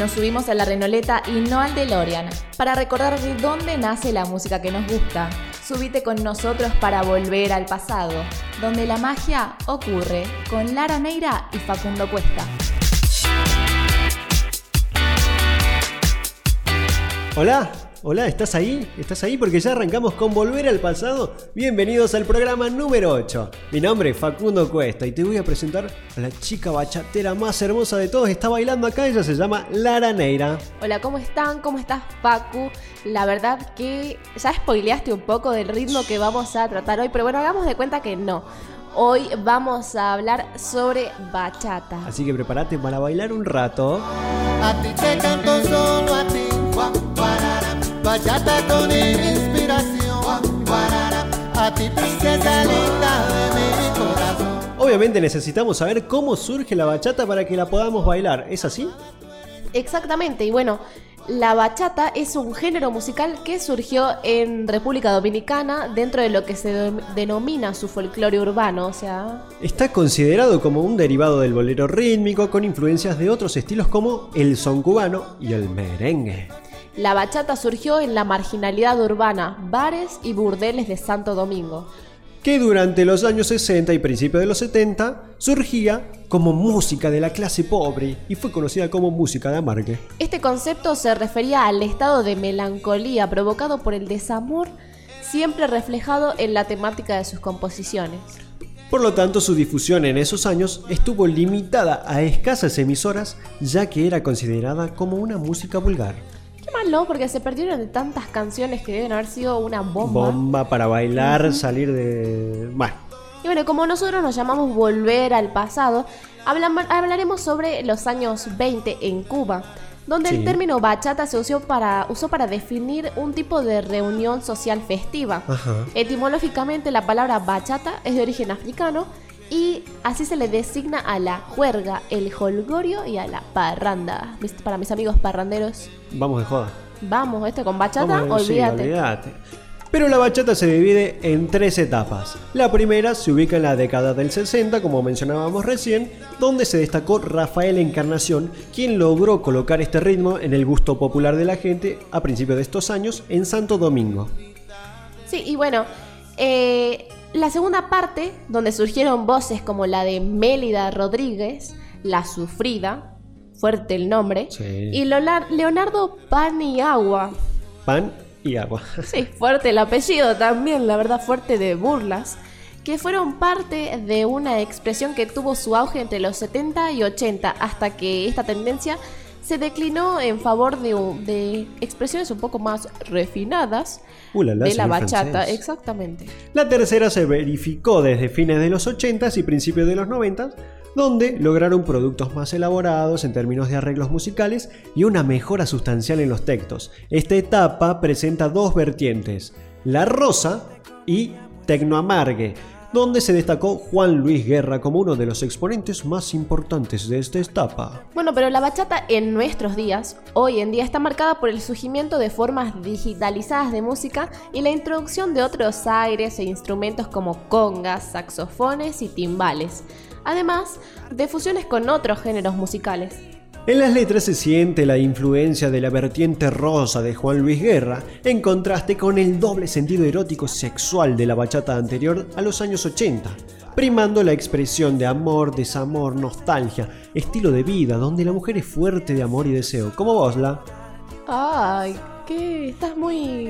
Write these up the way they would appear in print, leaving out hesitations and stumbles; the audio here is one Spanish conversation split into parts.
Nos subimos a la Renoleta y no al DeLorean para recordar de dónde nace la música que nos gusta. Subite con nosotros para volver al pasado, donde la magia ocurre con Lara Neira y Facundo Cuesta. Hola, ¿estás ahí? ¿Estás ahí? Porque ya arrancamos con Volver al Pasado. Bienvenidos al programa número 8. Mi nombre es Facundo Cuesta y te voy a presentar a la chica bachatera más hermosa de todos. Está bailando acá, ella se llama Lara Neira. Hola, ¿cómo están? ¿Cómo estás, Facu? La verdad que ya spoileaste un poco del ritmo que vamos a tratar hoy, pero bueno, hagamos de cuenta que no. Hoy vamos a hablar sobre bachata. Así que prepárate para bailar un rato. A ti te canto solo a ti, bachata con inspiración, a ti princesa linda de mi corazón. Obviamente necesitamos saber cómo surge la bachata para que la podamos bailar, ¿es así? Exactamente, y bueno, la bachata es un género musical que surgió en República Dominicana dentro de lo que se denomina su folclore urbano, o sea... Está considerado como un derivado del bolero rítmico con influencias de otros estilos como el son cubano y el merengue. La bachata surgió en la marginalidad urbana, bares y burdeles de Santo Domingo, que durante los años 60 y principios de los 70 surgía como música de la clase pobre y fue conocida como música de amargue. Este concepto se refería al estado de melancolía provocado por el desamor, siempre reflejado en la temática de sus composiciones. Por lo tanto, su difusión en esos años estuvo limitada a escasas emisoras, ya que era considerada como una música vulgar. Qué mal, ¿no? Porque se perdieron de tantas canciones que deben haber sido una bomba. Bomba para bailar, salir de... Bueno. Y bueno, como nosotros nos llamamos Volver al Pasado, hablaremos sobre los años 20 en Cuba, donde el término bachata se usó para definir un tipo de reunión social festiva. Ajá. Etimológicamente, la palabra bachata es de origen africano y así se le designa a la juerga, el jolgorio y a la parranda. Para mis amigos parranderos. Vamos de joda. Vamos, con bachata, olvídate. Sí, olvídate. Pero la bachata se divide en 3 etapas. La primera se ubica en la década del 60, como mencionábamos recién, donde se destacó Rafael Encarnación, quien logró colocar este ritmo en el gusto popular de la gente a principios de estos años en Santo Domingo. Sí, y bueno, la segunda parte, donde surgieron voces como la de Mélida Rodríguez, La Sufrida, fuerte el nombre, y Leonardo Paniagua. Pan y agua. Sí, fuerte el apellido también, la verdad, fuerte de burlas, que fueron parte de una expresión que tuvo su auge entre los 70 y 80, hasta que esta tendencia se declinó en favor de expresiones un poco más refinadas de la bachata. Francés. Exactamente. La tercera se verificó desde fines de los 80s y principios de los 90s, donde lograron productos más elaborados en términos de arreglos musicales y una mejora sustancial en los textos. Esta etapa presenta 2 vertientes, la rosa y tecnoamargue, donde se destacó Juan Luis Guerra como uno de los exponentes más importantes de esta etapa. Bueno, pero la bachata en nuestros días, hoy en día, está marcada por el surgimiento de formas digitalizadas de música y la introducción de otros aires e instrumentos como congas, saxofones y timbales, además de fusiones con otros géneros musicales. En las letras se siente la influencia de la vertiente rosa de Juan Luis Guerra, en contraste con el doble sentido erótico sexual de la bachata anterior a los años 80, primando la expresión de amor, desamor, nostalgia, estilo de vida, donde la mujer es fuerte de amor y deseo, como vos, La. Ay, que estás muy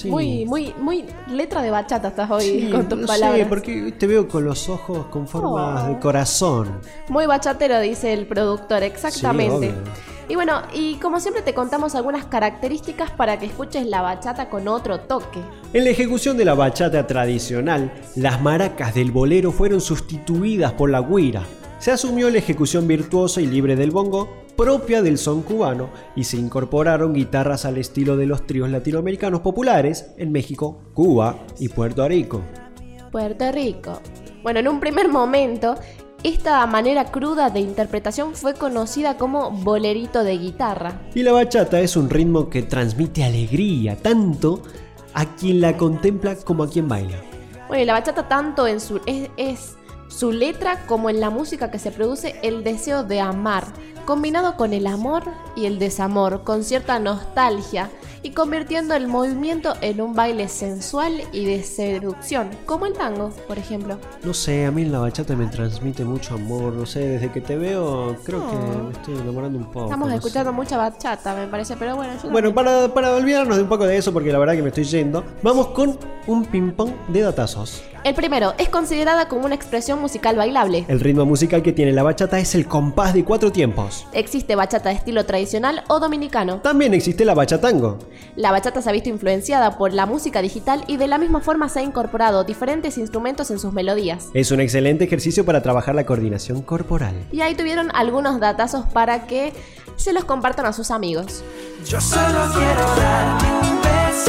letra de bachata estás hoy, Sí, con tus lo palabras. sé, porque te veo con los ojos con formas de corazón. Muy bachatero, dice el productor, exactamente. Sí, obvio. Y bueno, y como siempre te contamos algunas características para que escuches la bachata con otro toque. En la ejecución de la bachata tradicional, las maracas del bolero fueron sustituidas por la güira. Se asumió la ejecución virtuosa y libre del bongo, propia del son cubano, y se incorporaron guitarras al estilo de los tríos latinoamericanos populares en México, Cuba y Puerto Rico. Puerto Rico. Bueno, en un primer momento, esta manera cruda de interpretación fue conocida como bolerito de guitarra. Y la bachata es un ritmo que transmite alegría, tanto a quien la contempla como a quien baila. Bueno, y la bachata tanto en su es su letra como en la música que se produce el deseo de amar, combinado con el amor y el desamor, con cierta nostalgia y convirtiendo el movimiento en un baile sensual y de seducción, como el tango, por ejemplo. No sé, a mí la bachata me transmite mucho amor, no sé, desde que te veo creo que me estoy enamorando un poco. Estamos no escuchando sé. mucha bachata, me parece, pero bueno, yo Bueno, también. para olvidarnos de un poco de eso, porque la verdad que me estoy yendo, vamos con un ping-pong de datazos. El primero, es considerada como una expresión musical bailable. El ritmo musical que tiene la bachata es el compás de 4 tiempos. Existe bachata de estilo tradicional o dominicano. También existe la bachatango. La bachata se ha visto influenciada por la música digital y de la misma forma se ha incorporado diferentes instrumentos en sus melodías. Es un excelente ejercicio para trabajar la coordinación corporal. Y ahí tuvieron algunos datazos para que se los compartan a sus amigos. Yo solo quiero darte un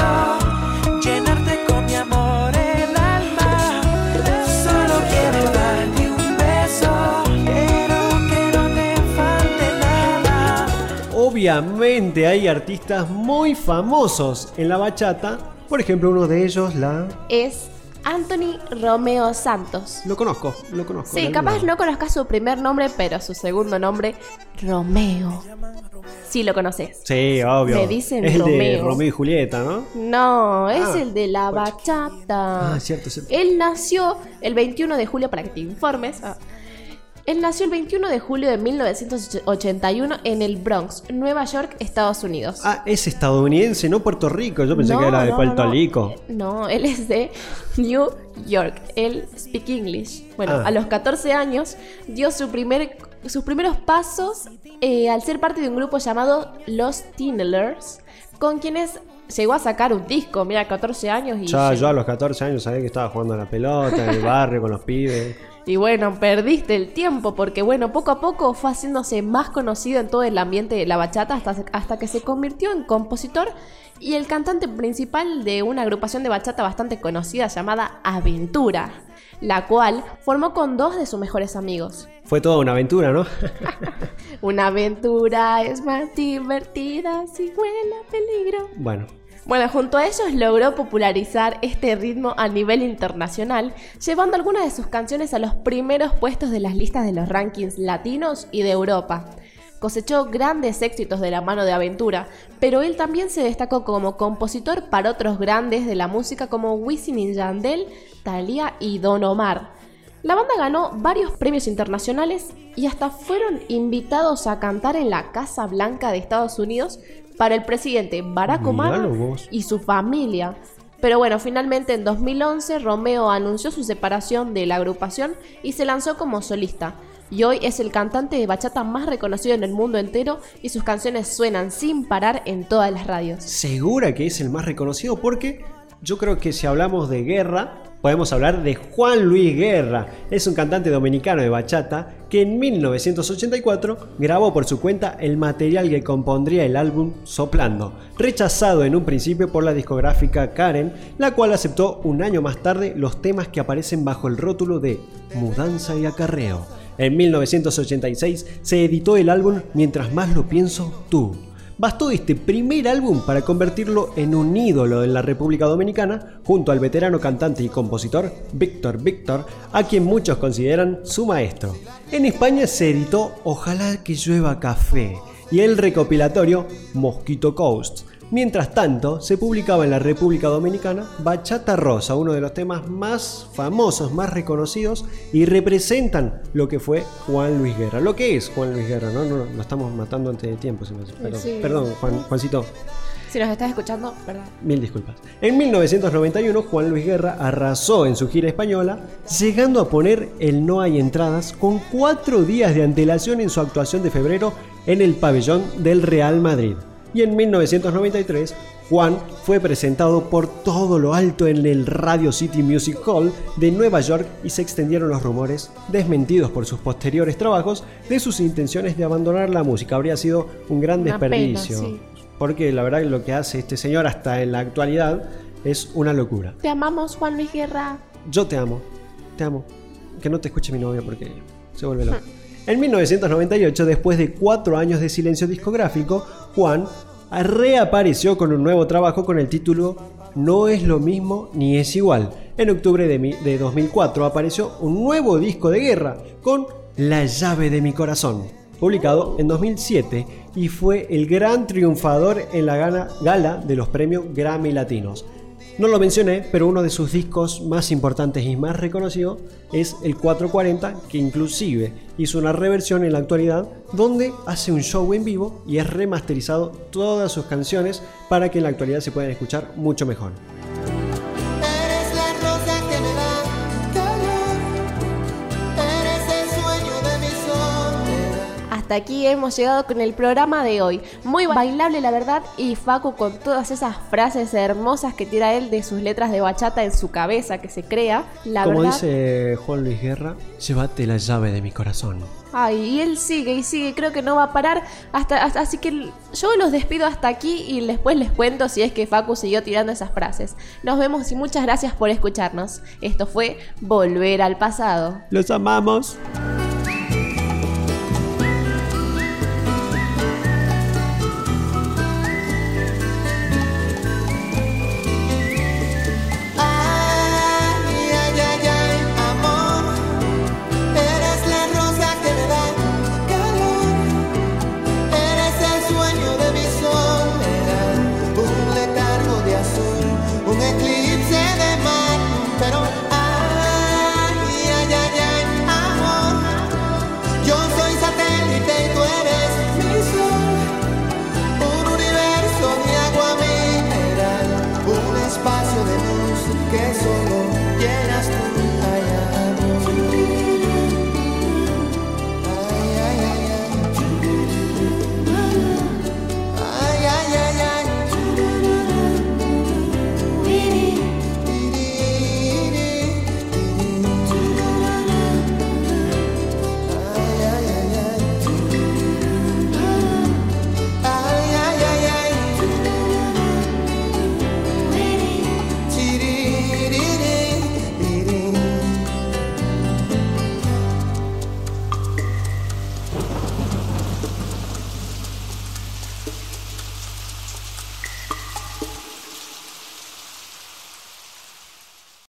beso, llenarte con mi amor el alma. Solo quiero darte un beso, quiero que no te falte nada. Obviamente hay artistas muy famosos en la bachata. Por ejemplo, uno de ellos Es Anthony Romeo Santos. Lo conozco. Sí, de capaz algún no lado. conozcas su primer nombre, pero su segundo nombre, Romeo. Sí lo conoces. Sí, obvio. Me dicen es el de Romeo. Romeo y Julieta, ¿no? No, es Ah, el de la guacho. bachata. Ah, cierto. Él nació el 21 de julio, para que te informes. Él nació el 21 de julio de 1981 en el Bronx, Nueva York, Estados Unidos. Ah, es estadounidense, no Puerto Rico. Yo pensé que era de Puerto Rico. No, él es de New York. Él speak English. Bueno, Ah. a los 14 años dio sus primeros pasos al ser parte de un grupo llamado Los Teenagers, con quienes llegó a sacar un disco. Mira, 14 años y... Ya, yo a los 14 años sabía que estaba jugando a la pelota en el barrio con los pibes. Y bueno, perdiste el tiempo porque bueno, poco a poco fue haciéndose más conocido en todo el ambiente de la bachata hasta que se convirtió en compositor y el cantante principal de una agrupación de bachata bastante conocida llamada Aventura, la cual formó con dos de sus mejores amigos. Fue toda una aventura, ¿no? Una aventura es más divertida si huele a peligro. Bueno, junto a ellos logró popularizar este ritmo a nivel internacional, llevando algunas de sus canciones a los primeros puestos de las listas de los rankings latinos y de Europa. Cosechó grandes éxitos de la mano de Aventura, pero él también se destacó como compositor para otros grandes de la música como Wisin y Yandel, Thalía y Don Omar. La banda ganó varios premios internacionales y hasta fueron invitados a cantar en la Casa Blanca de Estados Unidos para el presidente Barack Obama Míralo vos. y su familia. Pero bueno, finalmente en 2011 Romeo anunció su separación de la agrupación y se lanzó como solista. Y hoy es el cantante de bachata más reconocido en el mundo entero y sus canciones suenan sin parar en todas las radios. Segura que es el más reconocido porque yo creo que si hablamos de guerra, podemos hablar de Juan Luis Guerra. Es un cantante dominicano de bachata que en 1984 grabó por su cuenta el material que compondría el álbum Soplando, rechazado en un principio por la discográfica Karen, la cual aceptó un año más tarde los temas que aparecen bajo el rótulo de Mudanza y Acarreo. En 1986 se editó el álbum Mientras más lo pienso, tú. Bastó este primer álbum para convertirlo en un ídolo en la República Dominicana, junto al veterano cantante y compositor Víctor Víctor, a quien muchos consideran su maestro. En España se editó Ojalá que llueva café y el recopilatorio Mosquito Coast. Mientras tanto, se publicaba en la República Dominicana Bachata Rosa, uno de los temas más famosos, más reconocidos y representan lo que fue Juan Luis Guerra. Lo que es Juan Luis Guerra, ¿no? No lo estamos matando antes de tiempo. Perdón, Sí. perdón Juancito. Si nos estás escuchando, perdón. Mil disculpas. En 1991, Juan Luis Guerra arrasó en su gira española, llegando a poner el No hay entradas con 4 días de antelación en su actuación de febrero en el pabellón del Real Madrid. Y en 1993, Juan fue presentado por todo lo alto en el Radio City Music Hall de Nueva York y se extendieron los rumores, desmentidos por sus posteriores trabajos, de sus intenciones de abandonar la música. Habría sido un gran Una desperdicio. pena, sí. Porque la verdad que lo que hace este señor hasta en la actualidad es una locura. Te amamos, Juan Luis Guerra. Yo te amo. Que no te escuche mi novia porque se vuelve loca. En 1998, después de 4 años de silencio discográfico, Juan reapareció con un nuevo trabajo con el título No es lo mismo ni es igual. En octubre de 2004 apareció un nuevo disco de Guerra con La llave de mi corazón, publicado en 2007 y fue el gran triunfador en la gala de los premios Grammy Latinos. No lo mencioné, pero uno de sus discos más importantes y más reconocidos es el 440, que inclusive hizo una reversión en la actualidad donde hace un show en vivo y es remasterizado todas sus canciones para que en la actualidad se puedan escuchar mucho mejor. Eres la rosa que me da calor, eres el sueño de mi soledad. Hasta aquí hemos llegado con el programa de hoy. Muy bailable la verdad, y Facu con todas esas frases hermosas que tira él de sus letras de bachata en su cabeza que se crea. Como verdad, dice Juan Luis Guerra, llévate la llave de mi corazón. ay, y él sigue y sigue, creo que no va a parar así que yo los despido hasta aquí y después les cuento si es que Facu siguió tirando esas frases. Nos vemos y muchas gracias por escucharnos. Esto fue Volver al Pasado. ¡Los amamos!